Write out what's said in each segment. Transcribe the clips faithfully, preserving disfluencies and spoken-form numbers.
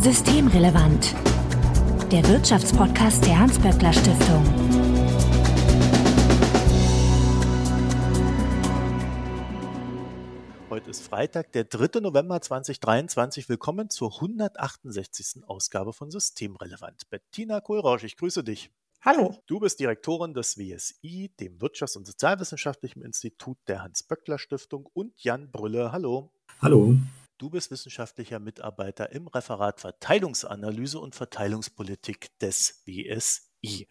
Systemrelevant. Der Wirtschaftspodcast der Hans-Böckler-Stiftung. Heute ist Freitag, der dritte November zweitausenddreiundzwanzig. Willkommen zur hundertachtundsechzigsten Ausgabe von Systemrelevant. Bettina Kohlrausch, ich grüße dich. Hallo. Du bist Direktorin des W S I, dem Wirtschafts- und Sozialwissenschaftlichen Institut der Hans-Böckler-Stiftung, und Jan Brülle. Hallo. Hallo. Du bist wissenschaftlicher Mitarbeiter im Referat Verteilungsanalyse und Verteilungspolitik des W S I.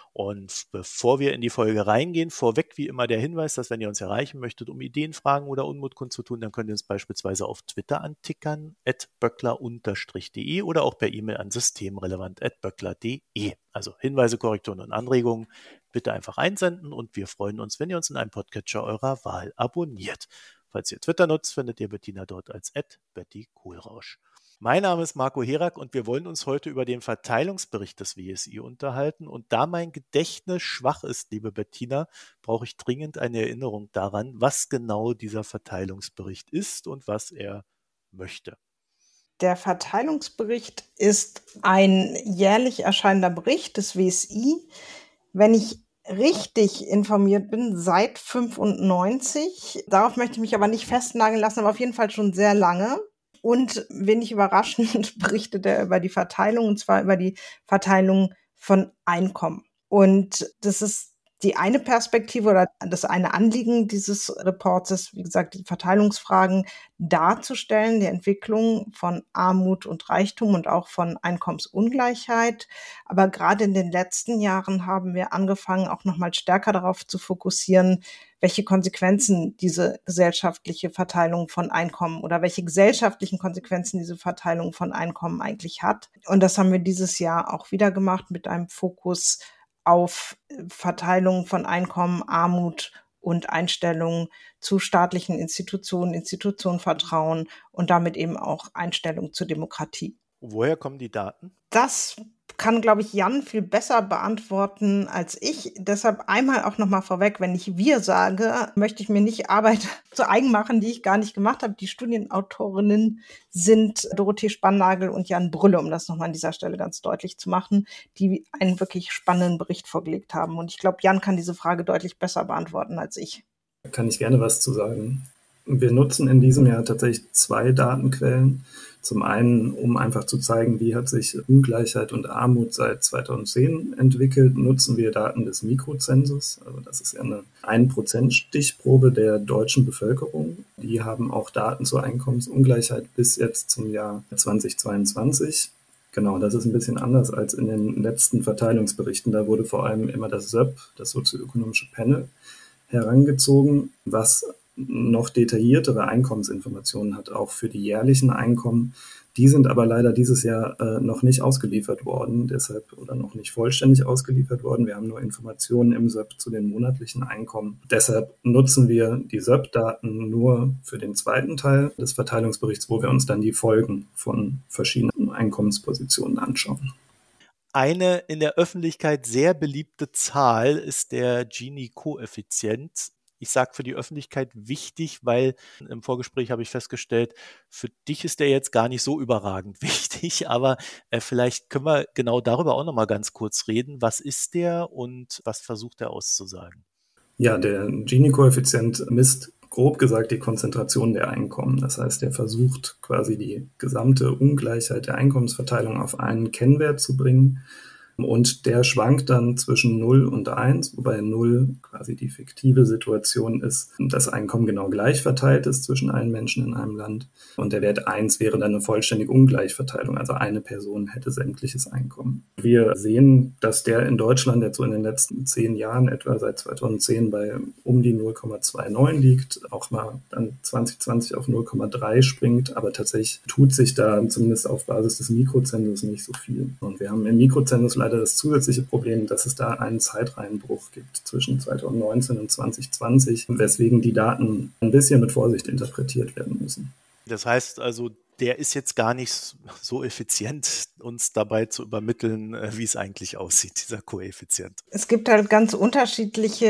Und bevor wir in die Folge reingehen, vorweg wie immer der Hinweis, dass wenn ihr uns erreichen möchtet, um Ideen, Fragen oder Unmut kundzutun, dann könnt ihr uns beispielsweise auf Twitter antickern, at böckler-de oder auch per E-Mail an systemrelevant at böckler.de. Also Hinweise, Korrekturen und Anregungen bitte einfach einsenden und wir freuen uns, wenn ihr uns in einem Podcatcher eurer Wahl abonniert. Falls ihr Twitter nutzt, findet ihr Bettina dort als at Betty Kohlrausch. Mein Name ist Marco Herak und wir wollen uns heute über den Verteilungsbericht des W S I unterhalten. Und da mein Gedächtnis schwach ist, liebe Bettina, brauche ich dringend eine Erinnerung daran, was genau dieser Verteilungsbericht ist und was er möchte. Der Verteilungsbericht ist ein jährlich erscheinender Bericht des W S I. Wenn ich richtig informiert bin, seit fünfundneunzig. Darauf möchte ich mich aber nicht festnageln lassen, aber auf jeden Fall schon sehr lange. Und wenig überraschend berichtet er über die Verteilung, und zwar über die Verteilung von Einkommen. Und das ist die eine Perspektive oder das eine Anliegen dieses Reports ist, wie gesagt, die Verteilungsfragen darzustellen, die Entwicklung von Armut und Reichtum und auch von Einkommensungleichheit. Aber gerade in den letzten Jahren haben wir angefangen, auch nochmal stärker darauf zu fokussieren, welche Konsequenzen diese gesellschaftliche Verteilung von Einkommen oder welche gesellschaftlichen Konsequenzen diese Verteilung von Einkommen eigentlich hat. Und das haben wir dieses Jahr auch wieder gemacht mit einem Fokus auf Verteilung von Einkommen, Armut und Einstellung zu staatlichen Institutionen, Institutionenvertrauen und damit eben auch Einstellung zur Demokratie. Woher kommen die Daten? Das kann, glaube ich, Jan viel besser beantworten als ich. Deshalb einmal auch nochmal vorweg, wenn ich wir sage, möchte ich mir nicht Arbeit zu eigen machen, die ich gar nicht gemacht habe. Die Studienautorinnen sind Dorothee Spannagel und Jan Brülle, um das nochmal an dieser Stelle ganz deutlich zu machen, die einen wirklich spannenden Bericht vorgelegt haben. Und ich glaube, Jan kann diese Frage deutlich besser beantworten als ich. Da kann ich gerne was zu sagen. Wir nutzen in diesem Jahr tatsächlich zwei Datenquellen. Zum einen, um einfach zu zeigen, wie hat sich Ungleichheit und Armut seit zweitausendzehn entwickelt, nutzen wir Daten des Mikrozensus. Also das ist ja eine ein Prozent Stichprobe der deutschen Bevölkerung. Die haben auch Daten zur Einkommensungleichheit bis jetzt zum Jahr zweitausendzweiundzwanzig. Genau, das ist ein bisschen anders als in den letzten Verteilungsberichten. Da wurde vor allem immer das S Ö P, das sozioökonomische Panel, herangezogen, was noch detailliertere Einkommensinformationen hat, auch für die jährlichen Einkommen. Die sind aber leider dieses Jahr äh, noch nicht ausgeliefert worden, deshalb oder noch nicht vollständig ausgeliefert worden. Wir haben nur Informationen im S Ö P zu den monatlichen Einkommen. Deshalb nutzen wir die S Ö P-Daten nur für den zweiten Teil des Verteilungsberichts, wo wir uns dann die Folgen von verschiedenen Einkommenspositionen anschauen. Eine in der Öffentlichkeit sehr beliebte Zahl ist der Gini-Koeffizient. Ich sage für die Öffentlichkeit wichtig, weil im Vorgespräch habe ich festgestellt, für dich ist der jetzt gar nicht so überragend wichtig, aber äh, vielleicht können wir genau darüber auch nochmal ganz kurz reden. Was ist der und was versucht er auszusagen? Ja, der Gini-Koeffizient misst grob gesagt die Konzentration der Einkommen. Das heißt, er versucht quasi die gesamte Ungleichheit der Einkommensverteilung auf einen Kennwert zu bringen. Und der schwankt dann zwischen null und eins, wobei null quasi die fiktive Situation ist, dass Einkommen genau gleich verteilt ist zwischen allen Menschen in einem Land. Und der Wert eins wäre dann eine vollständige Ungleichverteilung, also eine Person hätte sämtliches Einkommen. Wir sehen, dass der in Deutschland jetzt so in den letzten zehn Jahren, etwa seit zweitausendzehn, bei um die null Komma neunundzwanzig liegt, auch mal dann zwanzig zwanzig auf null Komma drei springt, aber tatsächlich tut sich da zumindest auf Basis des Mikrozensus nicht so viel. Und wir haben im Mikrozensus leider das zusätzliche Problem, dass es da einen Zeitreihenbruch gibt zwischen zweitausendneunzehn und zwanzig zwanzig, weswegen die Daten ein bisschen mit Vorsicht interpretiert werden müssen. Das heißt also, der ist jetzt gar nicht so effizient, uns dabei zu übermitteln, wie es eigentlich aussieht, dieser Koeffizient. Es gibt halt ganz unterschiedliche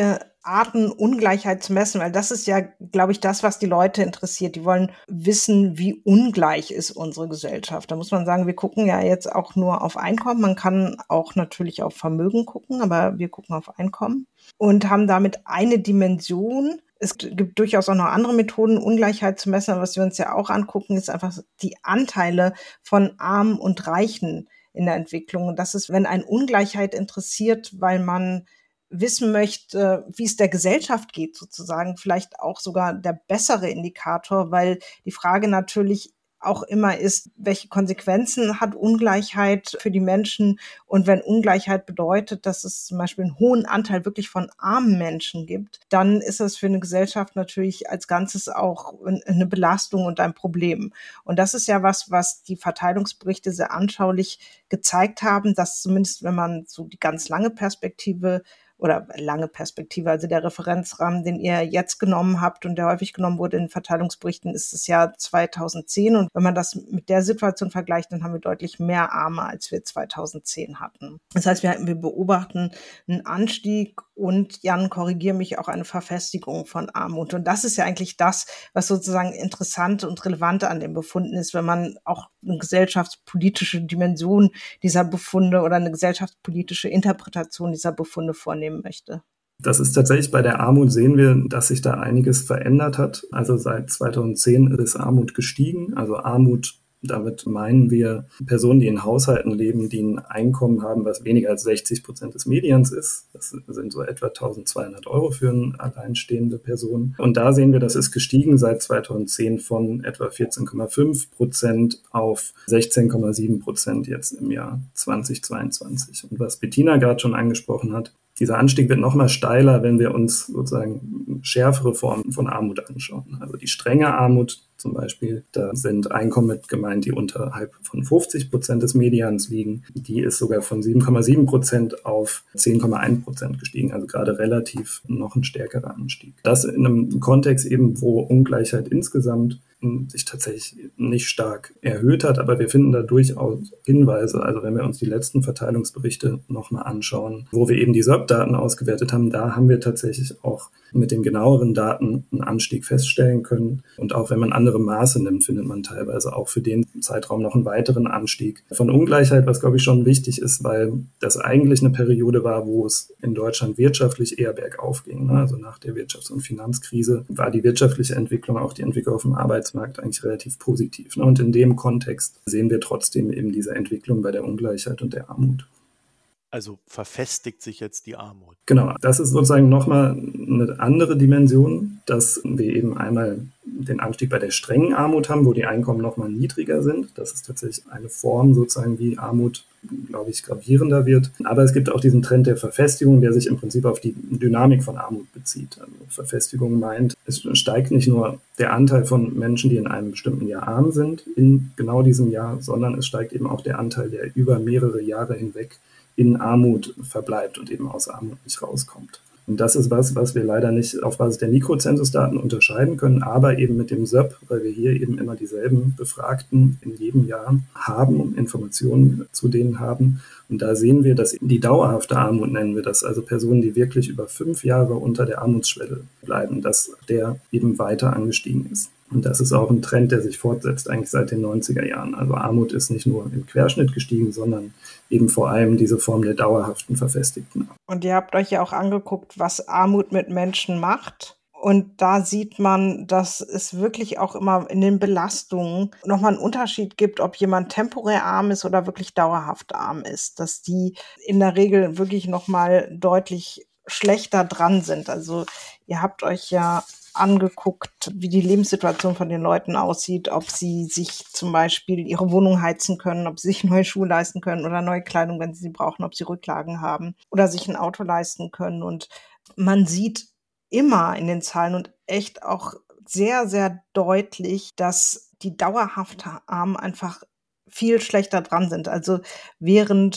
Arten, Ungleichheit zu messen, weil das ist ja, glaube ich, das, was die Leute interessiert. Die wollen wissen, wie ungleich ist unsere Gesellschaft. Da muss man sagen, wir gucken ja jetzt auch nur auf Einkommen. Man kann auch natürlich auf Vermögen gucken, aber wir gucken auf Einkommen und haben damit eine Dimension. Es gibt durchaus auch noch andere Methoden, Ungleichheit zu messen. Aber was wir uns ja auch angucken, ist einfach die Anteile von Armen und Reichen in der Entwicklung. Und das ist, wenn eine Ungleichheit interessiert, weil man wissen möchte, wie es der Gesellschaft geht, sozusagen, vielleicht auch sogar der bessere Indikator, weil die Frage natürlich auch immer ist, welche Konsequenzen hat Ungleichheit für die Menschen? Und wenn Ungleichheit bedeutet, dass es zum Beispiel einen hohen Anteil wirklich von armen Menschen gibt, dann ist das für eine Gesellschaft natürlich als Ganzes auch eine Belastung und ein Problem. Und das ist ja was, was die Verteilungsberichte sehr anschaulich gezeigt haben, dass zumindest, wenn man so die ganz lange Perspektive oder lange Perspektive, also der Referenzrahmen, den ihr jetzt genommen habt und der häufig genommen wurde in Verteilungsberichten, ist das Jahr zweitausendzehn. Und wenn man das mit der Situation vergleicht, dann haben wir deutlich mehr Arme, als wir zweitausendzehn hatten. Das heißt, wir, wir beobachten einen Anstieg und, Jan, korrigiere mich, auch eine Verfestigung von Armut. Und das ist ja eigentlich das, was sozusagen interessant und relevant an den Befunden ist, wenn man auch eine gesellschaftspolitische Dimension dieser Befunde oder eine gesellschaftspolitische Interpretation dieser Befunde vornimmt möchte. Das ist tatsächlich, bei der Armut sehen wir, dass sich da einiges verändert hat. Also seit zweitausendzehn ist Armut gestiegen. Also Armut, damit meinen wir Personen, die in Haushalten leben, die ein Einkommen haben, was weniger als sechzig Prozent des Medians ist. Das sind so etwa eintausendzweihundert Euro für eine alleinstehende Person. Und da sehen wir, das ist gestiegen seit zweitausendzehn von etwa vierzehn Komma fünf Prozent auf sechzehn Komma sieben Prozent jetzt im Jahr zweitausendzweiundzwanzig. Und was Bettina gerade schon angesprochen hat, dieser Anstieg wird noch mal steiler, wenn wir uns sozusagen schärfere Formen von Armut anschauen. Also die strenge Armut zum Beispiel, da sind Einkommen mit gemeint, die unterhalb von fünfzig Prozent des Medians liegen. Die ist sogar von sieben Komma sieben Prozent auf zehn Komma eins Prozent gestiegen, also gerade relativ noch ein stärkerer Anstieg. Das in einem Kontext eben, wo Ungleichheit insgesamt sich tatsächlich nicht stark erhöht hat, aber wir finden da durchaus Hinweise, also wenn wir uns die letzten Verteilungsberichte nochmal anschauen, wo wir eben die S E P-Daten ausgewertet haben, da haben wir tatsächlich auch mit den genaueren Daten einen Anstieg feststellen können. Und auch wenn man andere Maße nimmt, findet man teilweise auch für den Zeitraum noch einen weiteren Anstieg von Ungleichheit, was, glaube ich, schon wichtig ist, weil das eigentlich eine Periode war, wo es in Deutschland wirtschaftlich eher bergauf ging. Also nach der Wirtschafts- und Finanzkrise war die wirtschaftliche Entwicklung, auch die Entwicklung auf dem Arbeitsmarkt eigentlich relativ positiv. Und in dem Kontext sehen wir trotzdem eben diese Entwicklung bei der Ungleichheit und der Armut. Also verfestigt sich jetzt die Armut. Genau, das ist sozusagen nochmal eine andere Dimension, dass wir eben einmal den Anstieg bei der strengen Armut haben, wo die Einkommen nochmal niedriger sind. Das ist tatsächlich eine Form sozusagen, wie Armut, glaube ich, gravierender wird. Aber es gibt auch diesen Trend der Verfestigung, der sich im Prinzip auf die Dynamik von Armut bezieht. Also Verfestigung meint, es steigt nicht nur der Anteil von Menschen, die in einem bestimmten Jahr arm sind, in genau diesem Jahr, sondern es steigt eben auch der Anteil, der über mehrere Jahre hinweg in Armut verbleibt und eben aus Armut nicht rauskommt. Und das ist was, was wir leider nicht auf Basis der Mikrozensusdaten unterscheiden können, aber eben mit dem S E P, weil wir hier eben immer dieselben Befragten in jedem Jahr haben und Informationen zu denen haben. Und da sehen wir, dass die dauerhafte Armut, nennen wir das, also Personen, die wirklich über fünf Jahre unter der Armutsschwelle bleiben, dass der eben weiter angestiegen ist. Und das ist auch ein Trend, der sich fortsetzt eigentlich seit den neunziger Jahren. Also Armut ist nicht nur im Querschnitt gestiegen, sondern eben vor allem diese Form der dauerhaften verfestigten Armut. Und ihr habt euch ja auch angeguckt, was Armut mit Menschen macht. Und da sieht man, dass es wirklich auch immer in den Belastungen nochmal einen Unterschied gibt, ob jemand temporär arm ist oder wirklich dauerhaft arm ist. Dass die in der Regel wirklich nochmal deutlich schlechter dran sind. Also ihr habt euch ja angeguckt, wie die Lebenssituation von den Leuten aussieht, ob sie sich zum Beispiel ihre Wohnung heizen können, ob sie sich neue Schuhe leisten können oder neue Kleidung, wenn sie sie brauchen, ob sie Rücklagen haben oder sich ein Auto leisten können. Und man sieht immer in den Zahlen und echt auch sehr, sehr deutlich, dass die dauerhaft Armen einfach viel schlechter dran sind. Also während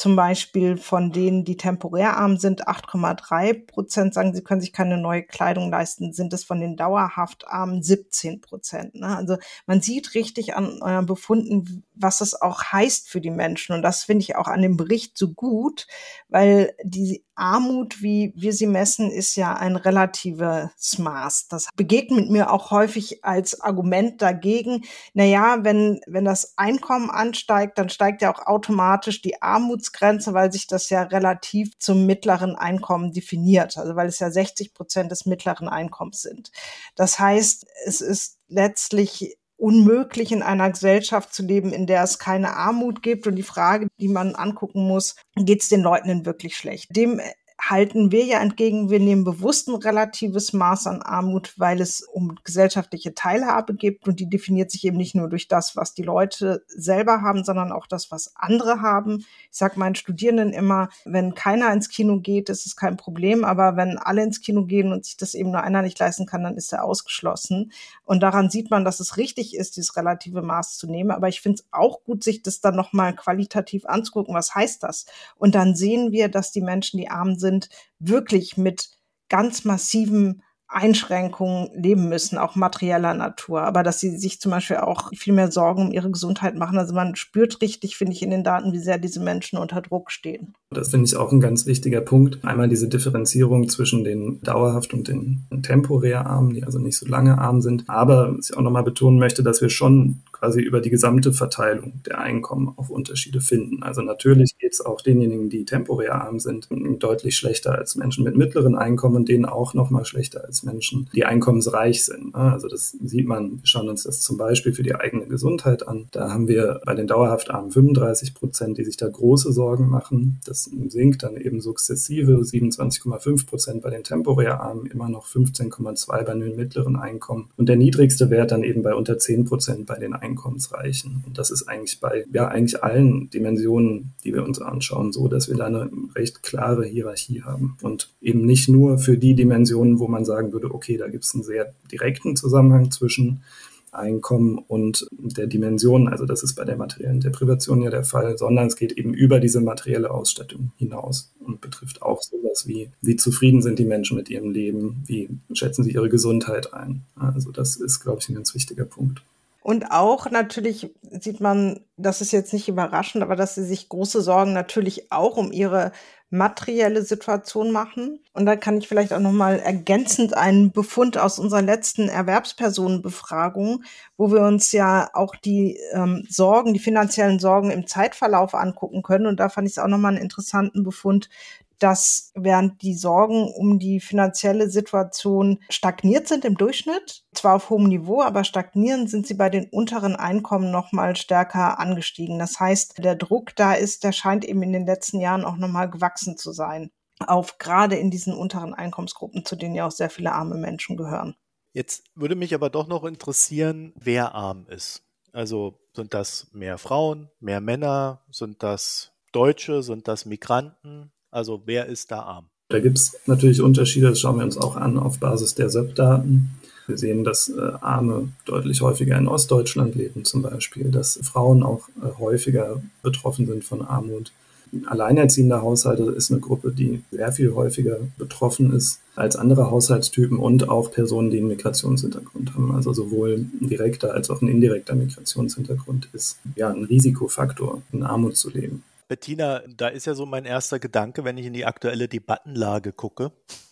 Zum Beispiel von denen, die temporär arm sind, acht Komma drei Prozent sagen, sie können sich keine neue Kleidung leisten, sind es von den dauerhaft Armen siebzehn Prozent. Ne? Also man sieht richtig an euren Befunden, was es auch heißt für die Menschen. Und das finde ich auch an dem Bericht so gut, weil die Armut, wie wir sie messen, ist ja ein relatives Maß. Das begegnet mir auch häufig als Argument dagegen. Naja, wenn, wenn das Einkommen ansteigt, dann steigt ja auch automatisch die Armutsgrenze, weil sich das ja relativ zum mittleren Einkommen definiert. Also weil es ja sechzig Prozent des mittleren Einkommens sind. Das heißt, es ist letztlich unmöglich, in einer Gesellschaft zu leben, in der es keine Armut gibt. Und die Frage, die man angucken muss, geht es den Leuten denn wirklich schlecht? Dem halten wir ja entgegen, wir nehmen bewusst ein relatives Maß an Armut, weil es um gesellschaftliche Teilhabe geht und die definiert sich eben nicht nur durch das, was die Leute selber haben, sondern auch das, was andere haben. Ich sage meinen Studierenden immer, wenn keiner ins Kino geht, ist es kein Problem, aber wenn alle ins Kino gehen und sich das eben nur einer nicht leisten kann, dann ist er ausgeschlossen. Und daran sieht man, dass es richtig ist, dieses relative Maß zu nehmen, aber ich finde es auch gut, sich das dann nochmal qualitativ anzugucken, was heißt das? Und dann sehen wir, dass die Menschen, die arm sind, wirklich mit ganz massiven Einschränkungen leben müssen, auch materieller Natur, aber dass sie sich zum Beispiel auch viel mehr Sorgen um ihre Gesundheit machen. Also man spürt richtig, finde ich, in den Daten, wie sehr diese Menschen unter Druck stehen. Das finde ich auch ein ganz wichtiger Punkt. Einmal diese Differenzierung zwischen den dauerhaft und den temporär Armen, die also nicht so lange arm sind. Aber was ich auch nochmal betonen möchte, dass wir schon quasi über die gesamte Verteilung der Einkommen auch Unterschiede finden. Also natürlich geht es auch denjenigen, die temporär arm sind, deutlich schlechter als Menschen mit mittleren Einkommen und denen auch nochmal schlechter als Menschen, die einkommensreich sind. Also das sieht man, wir schauen uns das zum Beispiel für die eigene Gesundheit an. Da haben wir bei den dauerhaft Armen fünfunddreißig Prozent, die sich da große Sorgen machen. Das sinkt dann eben sukzessive, siebenundzwanzig Komma fünf Prozent bei den temporär Armen, immer noch fünfzehn Komma zwei bei den mittleren Einkommen und der niedrigste Wert dann eben bei unter zehn Prozent bei den Einkommensreichen. Und das ist eigentlich bei ja eigentlich allen Dimensionen, die wir uns anschauen, so, dass wir da eine recht klare Hierarchie haben und eben nicht nur für die Dimensionen, wo man sagen würde, okay, da gibt es einen sehr direkten Zusammenhang zwischen Einkommen und der Dimension, also das ist bei der materiellen Deprivation ja der Fall, sondern es geht eben über diese materielle Ausstattung hinaus und betrifft auch sowas wie, wie zufrieden sind die Menschen mit ihrem Leben, wie schätzen sie ihre Gesundheit ein. Also das ist, glaube ich, ein ganz wichtiger Punkt. Und auch natürlich sieht man, das ist jetzt nicht überraschend, aber dass sie sich große Sorgen natürlich auch um ihre materielle Situation machen. Und da kann ich vielleicht auch nochmal ergänzend einen Befund aus unserer letzten Erwerbspersonenbefragung, wo wir uns ja auch die ähm, Sorgen, die finanziellen Sorgen im Zeitverlauf angucken können. Und da fand ich es auch nochmal einen interessanten Befund, dass während die Sorgen um die finanzielle Situation stagniert sind im Durchschnitt, zwar auf hohem Niveau, aber stagnieren, sind sie bei den unteren Einkommen noch mal stärker angestiegen. Das heißt, der Druck da ist, der scheint eben in den letzten Jahren auch noch mal gewachsen zu sein, auf gerade in diesen unteren Einkommensgruppen, zu denen ja auch sehr viele arme Menschen gehören. Jetzt würde mich aber doch noch interessieren, wer arm ist. Also sind das mehr Frauen, mehr Männer, sind das Deutsche, sind das Migranten? Also wer ist da arm? Da gibt es natürlich Unterschiede, das schauen wir uns auch an auf Basis der S E P-Daten. Wir sehen, dass äh, Arme deutlich häufiger in Ostdeutschland leben zum Beispiel, dass Frauen auch äh, häufiger betroffen sind von Armut. Alleinerziehende Haushalte ist eine Gruppe, die sehr viel häufiger betroffen ist als andere Haushaltstypen und auch Personen, die einen Migrationshintergrund haben. Also sowohl ein direkter als auch ein indirekter Migrationshintergrund ist ja ein Risikofaktor, in Armut zu leben. Bettina, da ist ja so mein erster Gedanke, wenn ich in die aktuelle Debattenlage gucke,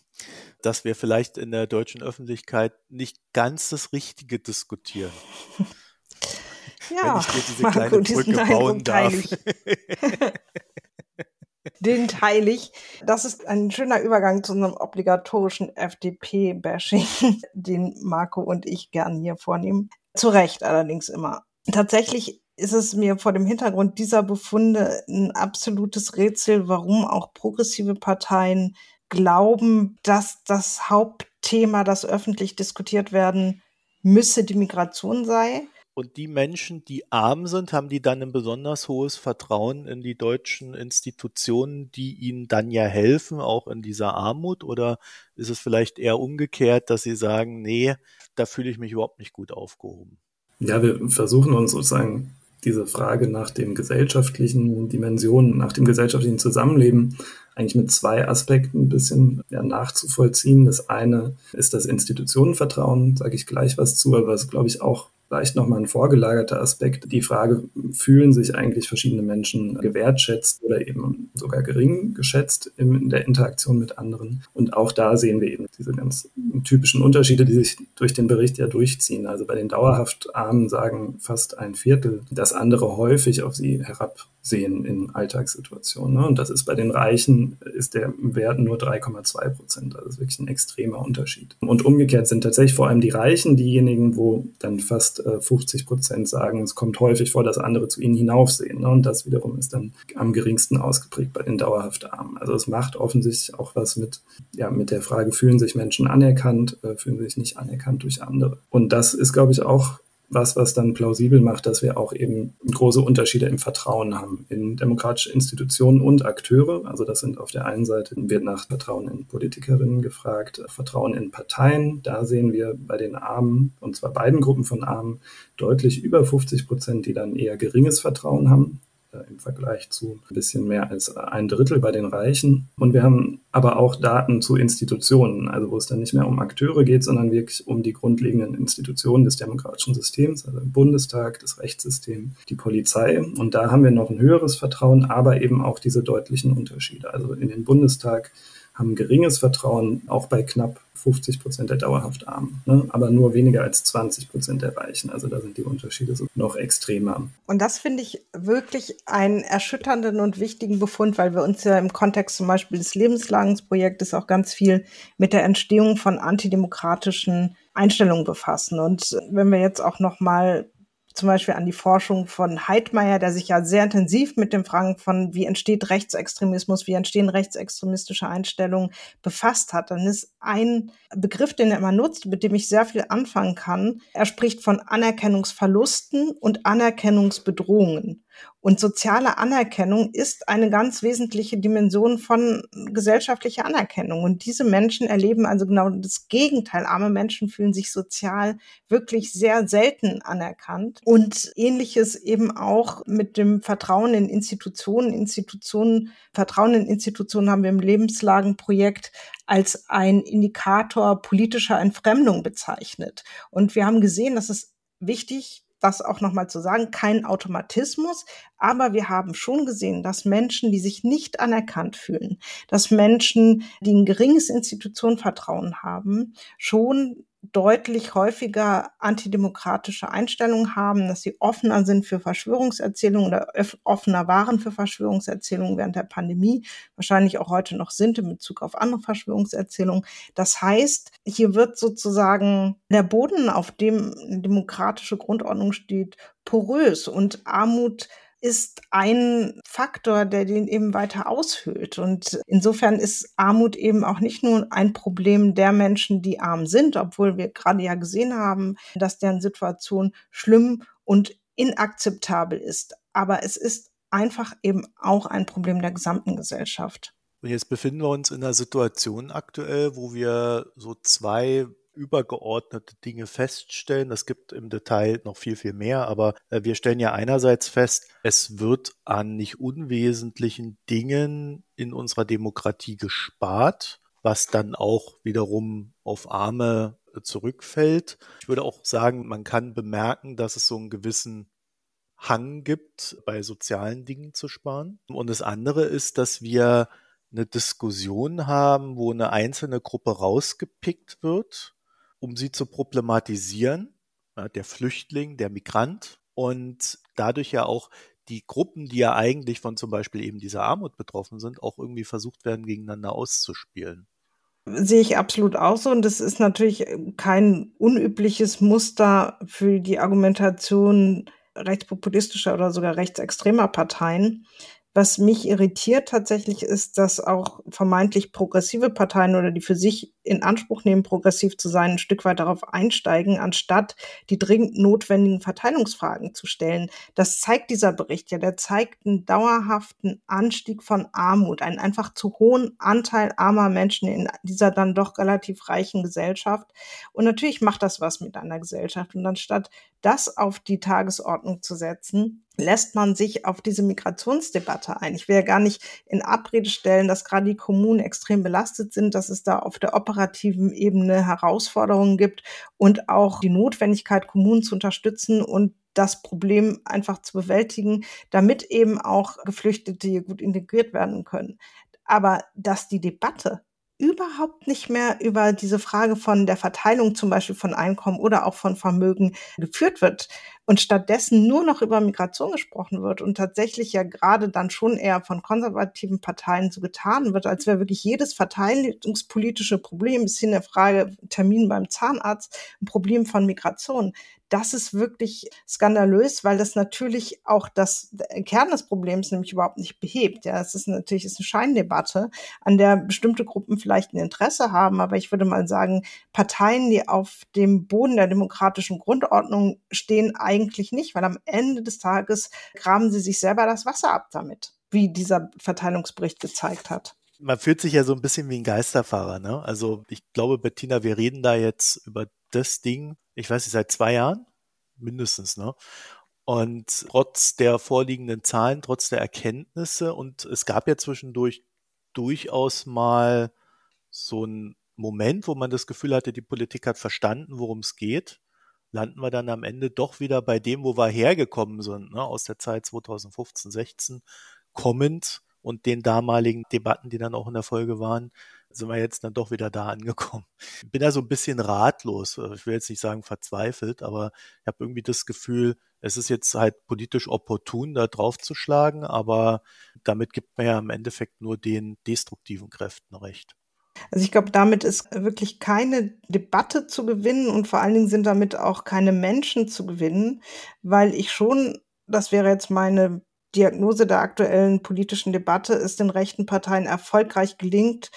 dass wir vielleicht in der deutschen Öffentlichkeit nicht ganz das Richtige diskutieren. Ja, wenn ich dir diese kleine Marco, Brücke bauen darf. Den teile ich. Das ist ein schöner Übergang zu unserem obligatorischen F D P-Bashing, den Marco und ich gern hier vornehmen. Zu Recht allerdings immer. Tatsächlich ist es mir vor dem Hintergrund dieser Befunde ein absolutes Rätsel, warum auch progressive Parteien glauben, dass das Hauptthema, das öffentlich diskutiert werden müsse, die Migration sei. Und die Menschen, die arm sind, haben die dann ein besonders hohes Vertrauen in die deutschen Institutionen, die ihnen dann ja helfen, auch in dieser Armut? Oder ist es vielleicht eher umgekehrt, dass sie sagen, nee, da fühle ich mich überhaupt nicht gut aufgehoben? Ja, wir versuchen uns sozusagen diese Frage nach dem gesellschaftlichen Dimensionen, nach dem gesellschaftlichen Zusammenleben eigentlich mit zwei Aspekten ein bisschen ja, nachzuvollziehen. Das eine ist das Institutionenvertrauen, sage ich gleich was zu, aber es ist, glaube ich, auch vielleicht nochmal ein vorgelagerter Aspekt. Die Frage, fühlen sich eigentlich verschiedene Menschen gewertschätzt oder eben sogar gering geschätzt in der Interaktion mit anderen? Und auch da sehen wir eben diese ganz typischen Unterschiede, die sich durch den Bericht ja durchziehen. Also bei den dauerhaft Armen sagen fast ein Viertel, dass andere häufig auf sie herabsehen in Alltagssituationen. Und das ist bei den Reichen, ist der Wert nur drei Komma zwei Prozent. Also das ist wirklich ein extremer Unterschied. Und umgekehrt sind tatsächlich vor allem die Reichen diejenigen, wo dann fast fünfzig Prozent sagen, es kommt häufig vor, dass andere zu ihnen hinaufsehen. Und das wiederum ist dann am geringsten ausgeprägt bei den dauerhaft Armen. Also es macht offensichtlich auch was mit, ja, mit der Frage, fühlen sich Menschen anerkannt, fühlen sich nicht anerkannt durch andere. Und das ist, glaube ich, auch was, was dann plausibel macht, dass wir auch eben große Unterschiede im Vertrauen haben in demokratische Institutionen und Akteure. Also das sind auf der einen Seite, wird nach Vertrauen in Politikerinnen gefragt, Vertrauen in Parteien. Da sehen wir bei den Armen, und zwar beiden Gruppen von Armen, deutlich über fünfzig Prozent, die dann eher geringes Vertrauen haben, im Vergleich zu ein bisschen mehr als ein Drittel bei den Reichen. Und wir haben aber auch Daten zu Institutionen, also wo es dann nicht mehr um Akteure geht, sondern wirklich um die grundlegenden Institutionen des demokratischen Systems, also im Bundestag, das Rechtssystem, die Polizei. Und da haben wir noch ein höheres Vertrauen, aber eben auch diese deutlichen Unterschiede. Also in den Bundestag haben geringes Vertrauen, auch bei knapp fünfzig Prozent der dauerhaft Armen, ne? Aber nur weniger als zwanzig Prozent der Reichen. Also da sind die Unterschiede so noch extremer. Und das finde ich wirklich einen erschütternden und wichtigen Befund, weil wir uns ja im Kontext zum Beispiel des Lebenslagensprojektes auch ganz viel mit der Entstehung von antidemokratischen Einstellungen befassen. Und wenn wir jetzt auch noch mal zum Beispiel an die Forschung von Heidmeier, der sich ja sehr intensiv mit den Fragen von, wie entsteht Rechtsextremismus, wie entstehen rechtsextremistische Einstellungen befasst hat, dann ist ein Begriff, den er immer nutzt, mit dem ich sehr viel anfangen kann. Er spricht von Anerkennungsverlusten und Anerkennungsbedrohungen. Und soziale Anerkennung ist eine ganz wesentliche Dimension von gesellschaftlicher Anerkennung. Und diese Menschen erleben also genau das Gegenteil. Arme Menschen fühlen sich sozial wirklich sehr selten anerkannt. Und Ähnliches eben auch mit dem Vertrauen in Institutionen. Institutionen, Vertrauen in Institutionen haben wir im Lebenslagenprojekt als ein Indikator politischer Entfremdung bezeichnet. Und wir haben gesehen, dass es wichtig, das auch nochmal zu sagen, kein Automatismus, aber wir haben schon gesehen, dass Menschen, die sich nicht anerkannt fühlen, dass Menschen, die ein geringes Institutionenvertrauen haben, schon deutlich häufiger antidemokratische Einstellungen haben, dass sie offener sind für Verschwörungserzählungen oder offener waren für Verschwörungserzählungen während der Pandemie, wahrscheinlich auch heute noch sind in Bezug auf andere Verschwörungserzählungen. Das heißt, hier wird sozusagen der Boden, auf dem eine demokratische Grundordnung steht, porös, und Armut ist ein Faktor, der den eben weiter aushöhlt. Und insofern ist Armut eben auch nicht nur ein Problem der Menschen, die arm sind, obwohl wir gerade ja gesehen haben, dass deren Situation schlimm und inakzeptabel ist. Aber es ist einfach eben auch ein Problem der gesamten Gesellschaft. Und jetzt befinden wir uns in einer Situation aktuell, wo wir so zwei übergeordnete Dinge feststellen. Es gibt im Detail noch viel, viel mehr, aber wir stellen ja einerseits fest, es wird an nicht unwesentlichen Dingen in unserer Demokratie gespart, was dann auch wiederum auf Arme zurückfällt. Ich würde auch sagen, man kann bemerken, dass es so einen gewissen Hang gibt, bei sozialen Dingen zu sparen. Und das andere ist, dass wir eine Diskussion haben, wo eine einzelne Gruppe rausgepickt wird, um sie zu problematisieren, ja, der Flüchtling, der Migrant, und dadurch ja auch die Gruppen, die ja eigentlich von zum Beispiel eben dieser Armut betroffen sind, auch irgendwie versucht werden, gegeneinander auszuspielen. Sehe ich absolut auch so, und das ist natürlich kein unübliches Muster für die Argumentation rechtspopulistischer oder sogar rechtsextremer Parteien. Was mich irritiert tatsächlich ist, dass auch vermeintlich progressive Parteien oder die für sich in Anspruch nehmen, progressiv zu sein, ein Stück weit darauf einsteigen, anstatt die dringend notwendigen Verteilungsfragen zu stellen. Das zeigt dieser Bericht ja. Der zeigt einen dauerhaften Anstieg von Armut, einen einfach zu hohen Anteil armer Menschen in dieser dann doch relativ reichen Gesellschaft. Und natürlich macht das was mit einer Gesellschaft. Und anstatt das auf die Tagesordnung zu setzen, lässt man sich auf diese Migrationsdebatte ein. Ich will ja gar nicht in Abrede stellen, dass gerade die Kommunen extrem belastet sind, dass es da auf der operativen Ebene Herausforderungen gibt und auch die Notwendigkeit, Kommunen zu unterstützen und das Problem einfach zu bewältigen, damit eben auch Geflüchtete hier gut integriert werden können. Aber dass die Debatte überhaupt nicht mehr über diese Frage von der Verteilung zum Beispiel von Einkommen oder auch von Vermögen geführt wird und stattdessen nur noch über Migration gesprochen wird und tatsächlich ja gerade dann schon eher von konservativen Parteien so getan wird, als wäre wirklich jedes verteilungspolitische Problem bis hin der Frage Termin beim Zahnarzt ein Problem von Migration. Das ist wirklich skandalös, weil das natürlich auch das Kern des Problems nämlich überhaupt nicht behebt. Ja, es ist natürlich ist eine Scheindebatte, an der bestimmte Gruppen vielleicht ein Interesse haben, aber ich würde mal sagen, Parteien, die auf dem Boden der demokratischen Grundordnung stehen, eigentlich nicht, weil am Ende des Tages graben sie sich selber das Wasser ab damit, wie dieser Verteilungsbericht gezeigt hat. Man fühlt sich ja so ein bisschen wie ein Geisterfahrer, ne? Also ich glaube, Bettina, wir reden da jetzt über das Ding, ich weiß nicht, seit zwei Jahren mindestens, ne? Und trotz der vorliegenden Zahlen, trotz der Erkenntnisse, und es gab ja zwischendurch durchaus mal so einen Moment, wo man das Gefühl hatte, die Politik hat verstanden, worum es geht, landen wir dann am Ende doch wieder bei dem, wo wir hergekommen sind, ne? Aus der Zeit zweitausendfünfzehn, sechzehn kommend und den damaligen Debatten, die dann auch in der Folge waren, sind wir jetzt dann doch wieder da angekommen. Ich bin da so ein bisschen ratlos, ich will jetzt nicht sagen verzweifelt, aber ich habe irgendwie das Gefühl, es ist jetzt halt politisch opportun, da drauf zu schlagen, aber damit gibt man ja im Endeffekt nur den destruktiven Kräften recht. Also ich glaube, damit ist wirklich keine Debatte zu gewinnen und vor allen Dingen sind damit auch keine Menschen zu gewinnen, weil ich schon, das wäre jetzt meine Diagnose der aktuellen politischen Debatte, es den rechten Parteien erfolgreich gelingt,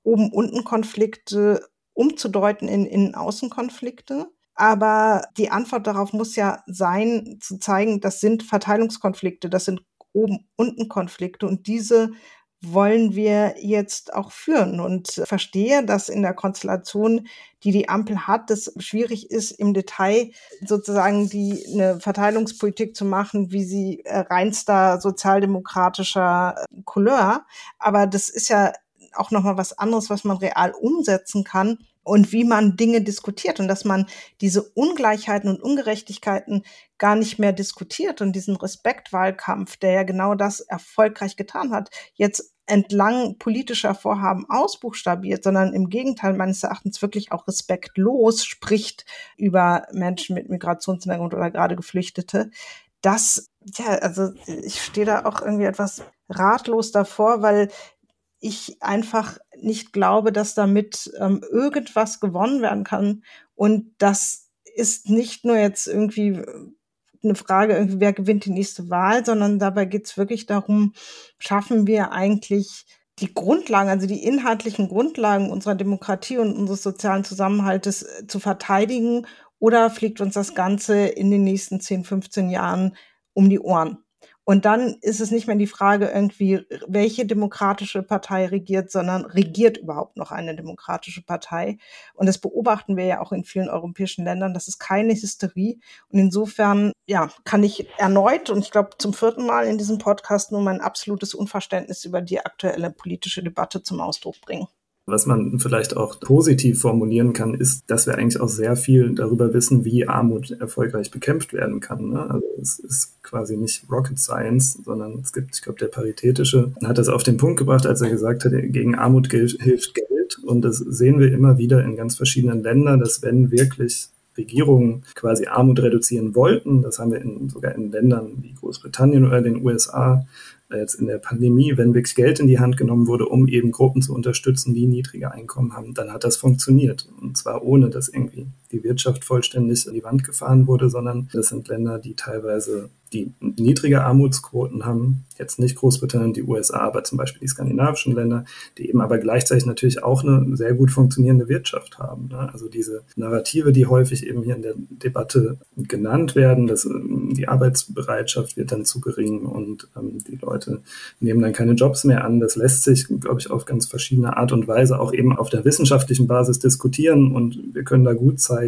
Oben-Unten-Konflikte umzudeuten in Innen-Außen-Konflikte. Aber die Antwort darauf muss ja sein, zu zeigen, das sind Verteilungskonflikte, das sind Oben-Unten-Konflikte und diese wollen wir jetzt auch führen und verstehe, dass in der Konstellation, die die Ampel hat, es schwierig ist, im Detail sozusagen die eine Verteilungspolitik zu machen, wie sie reinster sozialdemokratischer Couleur. Aber das ist ja auch nochmal was anderes, was man real umsetzen kann und wie man Dinge diskutiert und dass man diese Ungleichheiten und Ungerechtigkeiten gar nicht mehr diskutiert und diesen Respektwahlkampf, der ja genau das erfolgreich getan hat, jetzt entlang politischer Vorhaben ausbuchstabiert, sondern im Gegenteil meines Erachtens wirklich auch respektlos spricht über Menschen mit Migrationshintergrund oder gerade Geflüchtete. Das, ja, also ich stehe da auch irgendwie etwas ratlos davor, weil ich einfach nicht glaube, dass damit ähm, irgendwas gewonnen werden kann. Und das ist nicht nur jetzt irgendwie eine Frage, irgendwie, wer gewinnt die nächste Wahl, sondern dabei geht es wirklich darum, schaffen wir eigentlich die Grundlagen, also die inhaltlichen Grundlagen unserer Demokratie und unseres sozialen Zusammenhaltes zu verteidigen oder fliegt uns das Ganze in den nächsten zehn, fünfzehn Jahren um die Ohren? Und dann ist es nicht mehr die Frage irgendwie, welche demokratische Partei regiert, sondern regiert überhaupt noch eine demokratische Partei? Und das beobachten wir ja auch in vielen europäischen Ländern. Das ist keine Hysterie. Und insofern, ja, kann ich erneut, und ich glaube zum vierten Mal in diesem Podcast, nur mein absolutes Unverständnis über die aktuelle politische Debatte zum Ausdruck bringen. Was man vielleicht auch positiv formulieren kann, ist, dass wir eigentlich auch sehr viel darüber wissen, wie Armut erfolgreich bekämpft werden kann. Ne? Also es ist quasi nicht Rocket Science, sondern es gibt, ich glaube, der Paritätische hat das auf den Punkt gebracht, als er gesagt hat, gegen Armut hilft Geld. Und das sehen wir immer wieder in ganz verschiedenen Ländern, dass wenn wirklich Regierungen quasi Armut reduzieren wollten, das haben wir in, sogar in Ländern wie Großbritannien oder den U S A, jetzt in der Pandemie, wenn wirklich Geld in die Hand genommen wurde, um eben Gruppen zu unterstützen, die niedrige Einkommen haben, dann hat das funktioniert. Und zwar ohne, dass irgendwie die Wirtschaft vollständig an die Wand gefahren wurde, sondern das sind Länder, die teilweise die niedrige Armutsquoten haben, jetzt nicht Großbritannien, die U S A, aber zum Beispiel die skandinavischen Länder, die eben aber gleichzeitig natürlich auch eine sehr gut funktionierende Wirtschaft haben. Ne? Also diese Narrative, die häufig eben hier in der Debatte genannt werden, dass die Arbeitsbereitschaft wird dann zu gering und ähm, die Leute nehmen dann keine Jobs mehr an. Das lässt sich, glaube ich, auf ganz verschiedene Art und Weise auch eben auf der wissenschaftlichen Basis diskutieren und wir können da gut zeigen,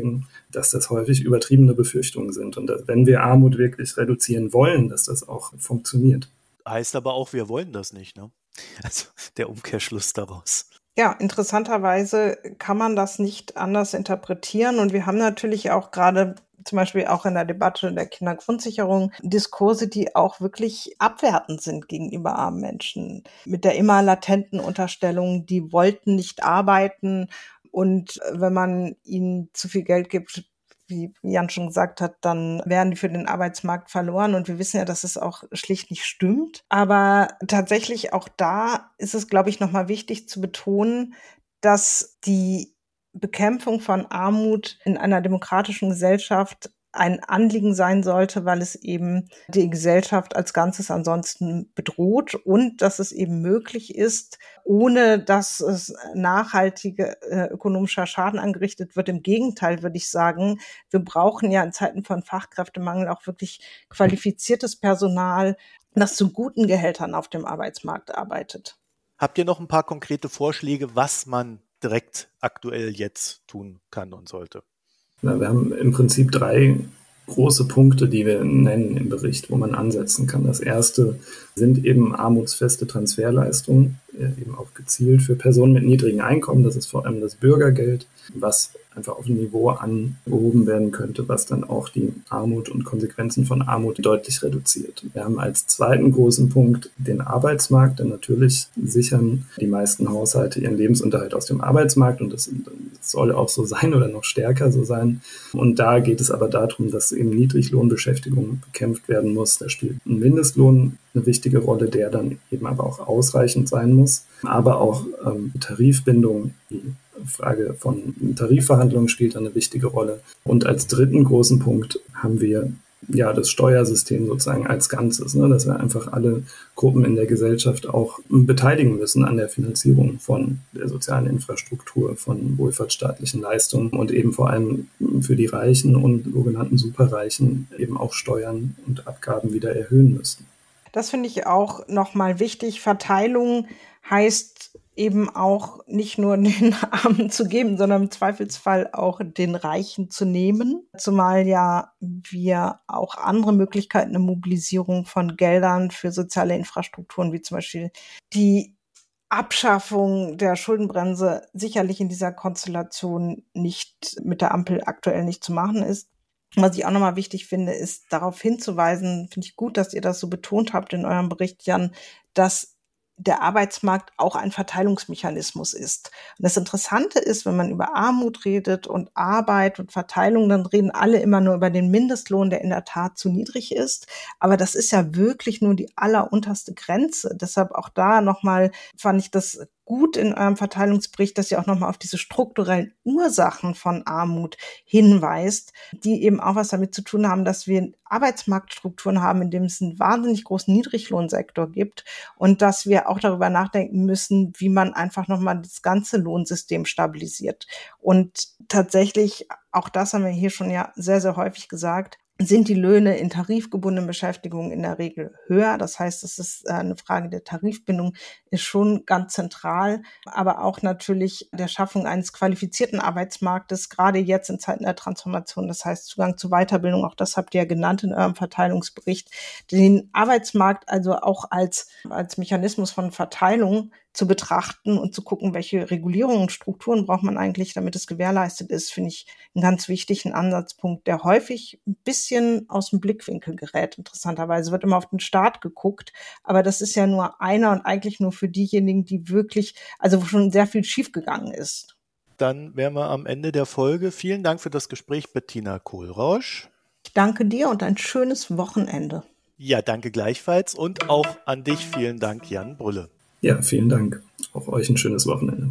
dass das häufig übertriebene Befürchtungen sind und dass, wenn wir Armut wirklich reduzieren wollen, dass das auch funktioniert. Heißt aber auch, wir wollen das nicht, ne? Also der Umkehrschluss daraus. Ja, interessanterweise kann man das nicht anders interpretieren. Und wir haben natürlich auch gerade zum Beispiel auch in der Debatte der Kindergrundsicherung Diskurse, die auch wirklich abwertend sind gegenüber armen Menschen. Mit der immer latenten Unterstellung, die wollten nicht arbeiten. Und wenn man ihnen zu viel Geld gibt, wie Jan schon gesagt hat, dann werden die für den Arbeitsmarkt verloren. Und wir wissen ja, dass es auch schlicht nicht stimmt. Aber tatsächlich auch da ist es, glaube ich, nochmal wichtig zu betonen, dass die Bekämpfung von Armut in einer demokratischen Gesellschaft ein Anliegen sein sollte, weil es eben die Gesellschaft als Ganzes ansonsten bedroht und dass es eben möglich ist, ohne dass es nachhaltige äh, ökonomischer Schaden angerichtet wird. Im Gegenteil würde ich sagen, wir brauchen ja in Zeiten von Fachkräftemangel auch wirklich qualifiziertes Personal, das zu guten Gehältern auf dem Arbeitsmarkt arbeitet. Habt ihr noch ein paar konkrete Vorschläge, was man direkt aktuell jetzt tun kann und sollte? Na, wir haben im Prinzip drei große Punkte, die wir nennen im Bericht, wo man ansetzen kann. Das erste sind eben armutsfeste Transferleistungen, eben auch gezielt für Personen mit niedrigen Einkommen. Das ist vor allem das Bürgergeld, was einfach auf ein Niveau angehoben werden könnte, was dann auch die Armut und Konsequenzen von Armut deutlich reduziert. Wir haben als zweiten großen Punkt den Arbeitsmarkt, denn natürlich sichern die meisten Haushalte ihren Lebensunterhalt aus dem Arbeitsmarkt und das soll auch so sein oder noch stärker so sein. Und da geht es aber darum, dass eben Niedriglohnbeschäftigung bekämpft werden muss. Da spielt ein Mindestlohn eine wichtige Rolle, der dann eben aber auch ausreichend sein muss. Aber auch ähm, Tarifbindung, die Frage von Tarifverhandlungen spielt eine wichtige Rolle. Und als dritten großen Punkt haben wir ja das Steuersystem sozusagen als Ganzes, ne, dass wir einfach alle Gruppen in der Gesellschaft auch beteiligen müssen an der Finanzierung von der sozialen Infrastruktur, von wohlfahrtsstaatlichen Leistungen und eben vor allem für die Reichen und sogenannten Superreichen eben auch Steuern und Abgaben wieder erhöhen müssen. Das finde ich auch nochmal wichtig. Verteilung heißt eben auch nicht nur den Armen zu geben, sondern im Zweifelsfall auch den Reichen zu nehmen. Zumal ja wir auch andere Möglichkeiten der Mobilisierung von Geldern für soziale Infrastrukturen, wie zum Beispiel die Abschaffung der Schuldenbremse, sicherlich in dieser Konstellation nicht mit der Ampel aktuell nicht zu machen ist. Was ich auch nochmal wichtig finde, ist darauf hinzuweisen, finde ich gut, dass ihr das so betont habt in eurem Bericht, Jan, dass der Arbeitsmarkt auch ein Verteilungsmechanismus ist. Und das Interessante ist, wenn man über Armut redet und Arbeit und Verteilung, dann reden alle immer nur über den Mindestlohn, der in der Tat zu niedrig ist. Aber das ist ja wirklich nur die allerunterste Grenze. Deshalb auch da nochmal fand ich das gut in eurem Verteilungsbericht, dass ihr auch nochmal auf diese strukturellen Ursachen von Armut hinweist, die eben auch was damit zu tun haben, dass wir Arbeitsmarktstrukturen haben, in denen es einen wahnsinnig großen Niedriglohnsektor gibt und dass wir auch darüber nachdenken müssen, wie man einfach nochmal das ganze Lohnsystem stabilisiert. Und tatsächlich, auch das haben wir hier schon ja sehr, sehr häufig gesagt, sind die Löhne in tarifgebundenen Beschäftigungen in der Regel höher. Das heißt, es ist eine Frage der Tarifbindung, ist schon ganz zentral, aber auch natürlich der Schaffung eines qualifizierten Arbeitsmarktes, gerade jetzt in Zeiten der Transformation, das heißt Zugang zu Weiterbildung, auch das habt ihr ja genannt in eurem Verteilungsbericht, den Arbeitsmarkt also auch als, als Mechanismus von Verteilung zu betrachten und zu gucken, welche Regulierungen und Strukturen braucht man eigentlich, damit es gewährleistet ist, finde ich einen ganz wichtigen Ansatzpunkt, der häufig ein bisschen aus dem Blickwinkel gerät. Interessanterweise wird immer auf den Staat geguckt, aber das ist ja nur einer und eigentlich nur für diejenigen, die wirklich, also wo schon sehr viel schiefgegangen ist. Dann wären wir am Ende der Folge. Vielen Dank für das Gespräch, Bettina Kohlrausch. Ich danke dir und ein schönes Wochenende. Ja, danke gleichfalls und auch an dich vielen Dank, Jan Brülle. Ja, vielen Dank. Auch euch ein schönes Wochenende.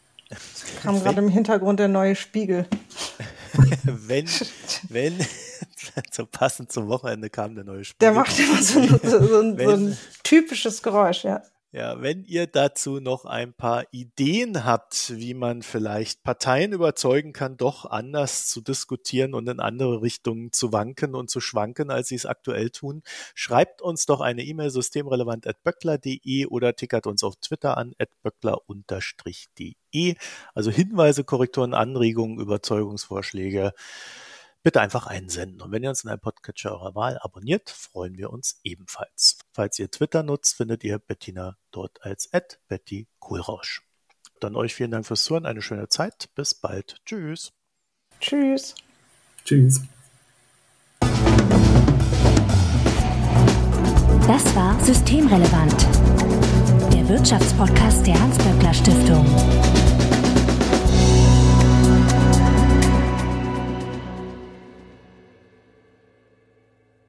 Kam gerade im Hintergrund der neue Spiegel. wenn, wenn, so passend zum Wochenende kam der neue Spiegel. Der macht immer so ein, so, so ein, wenn, so ein typisches Geräusch, ja. Ja, wenn ihr dazu noch ein paar Ideen habt, wie man vielleicht Parteien überzeugen kann, doch anders zu diskutieren und in andere Richtungen zu wanken und zu schwanken, als sie es aktuell tun, schreibt uns doch eine E-Mail systemrelevant at böckler punkt de oder tickert uns auf Twitter an at böckler Bindestrich de. Also Hinweise, Korrekturen, Anregungen, Überzeugungsvorschläge bitte einfach einsenden. Und wenn ihr uns in einem Podcatcher eurer Wahl abonniert, freuen wir uns ebenfalls. Falls ihr Twitter nutzt, findet ihr Bettina dort als at Betty Kohlrausch. Dann euch vielen Dank fürs Zuhören, eine schöne Zeit. Bis bald. Tschüss. Tschüss. Tschüss. Das war Systemrelevant, der Wirtschaftspodcast der Hans-Böckler Stiftung.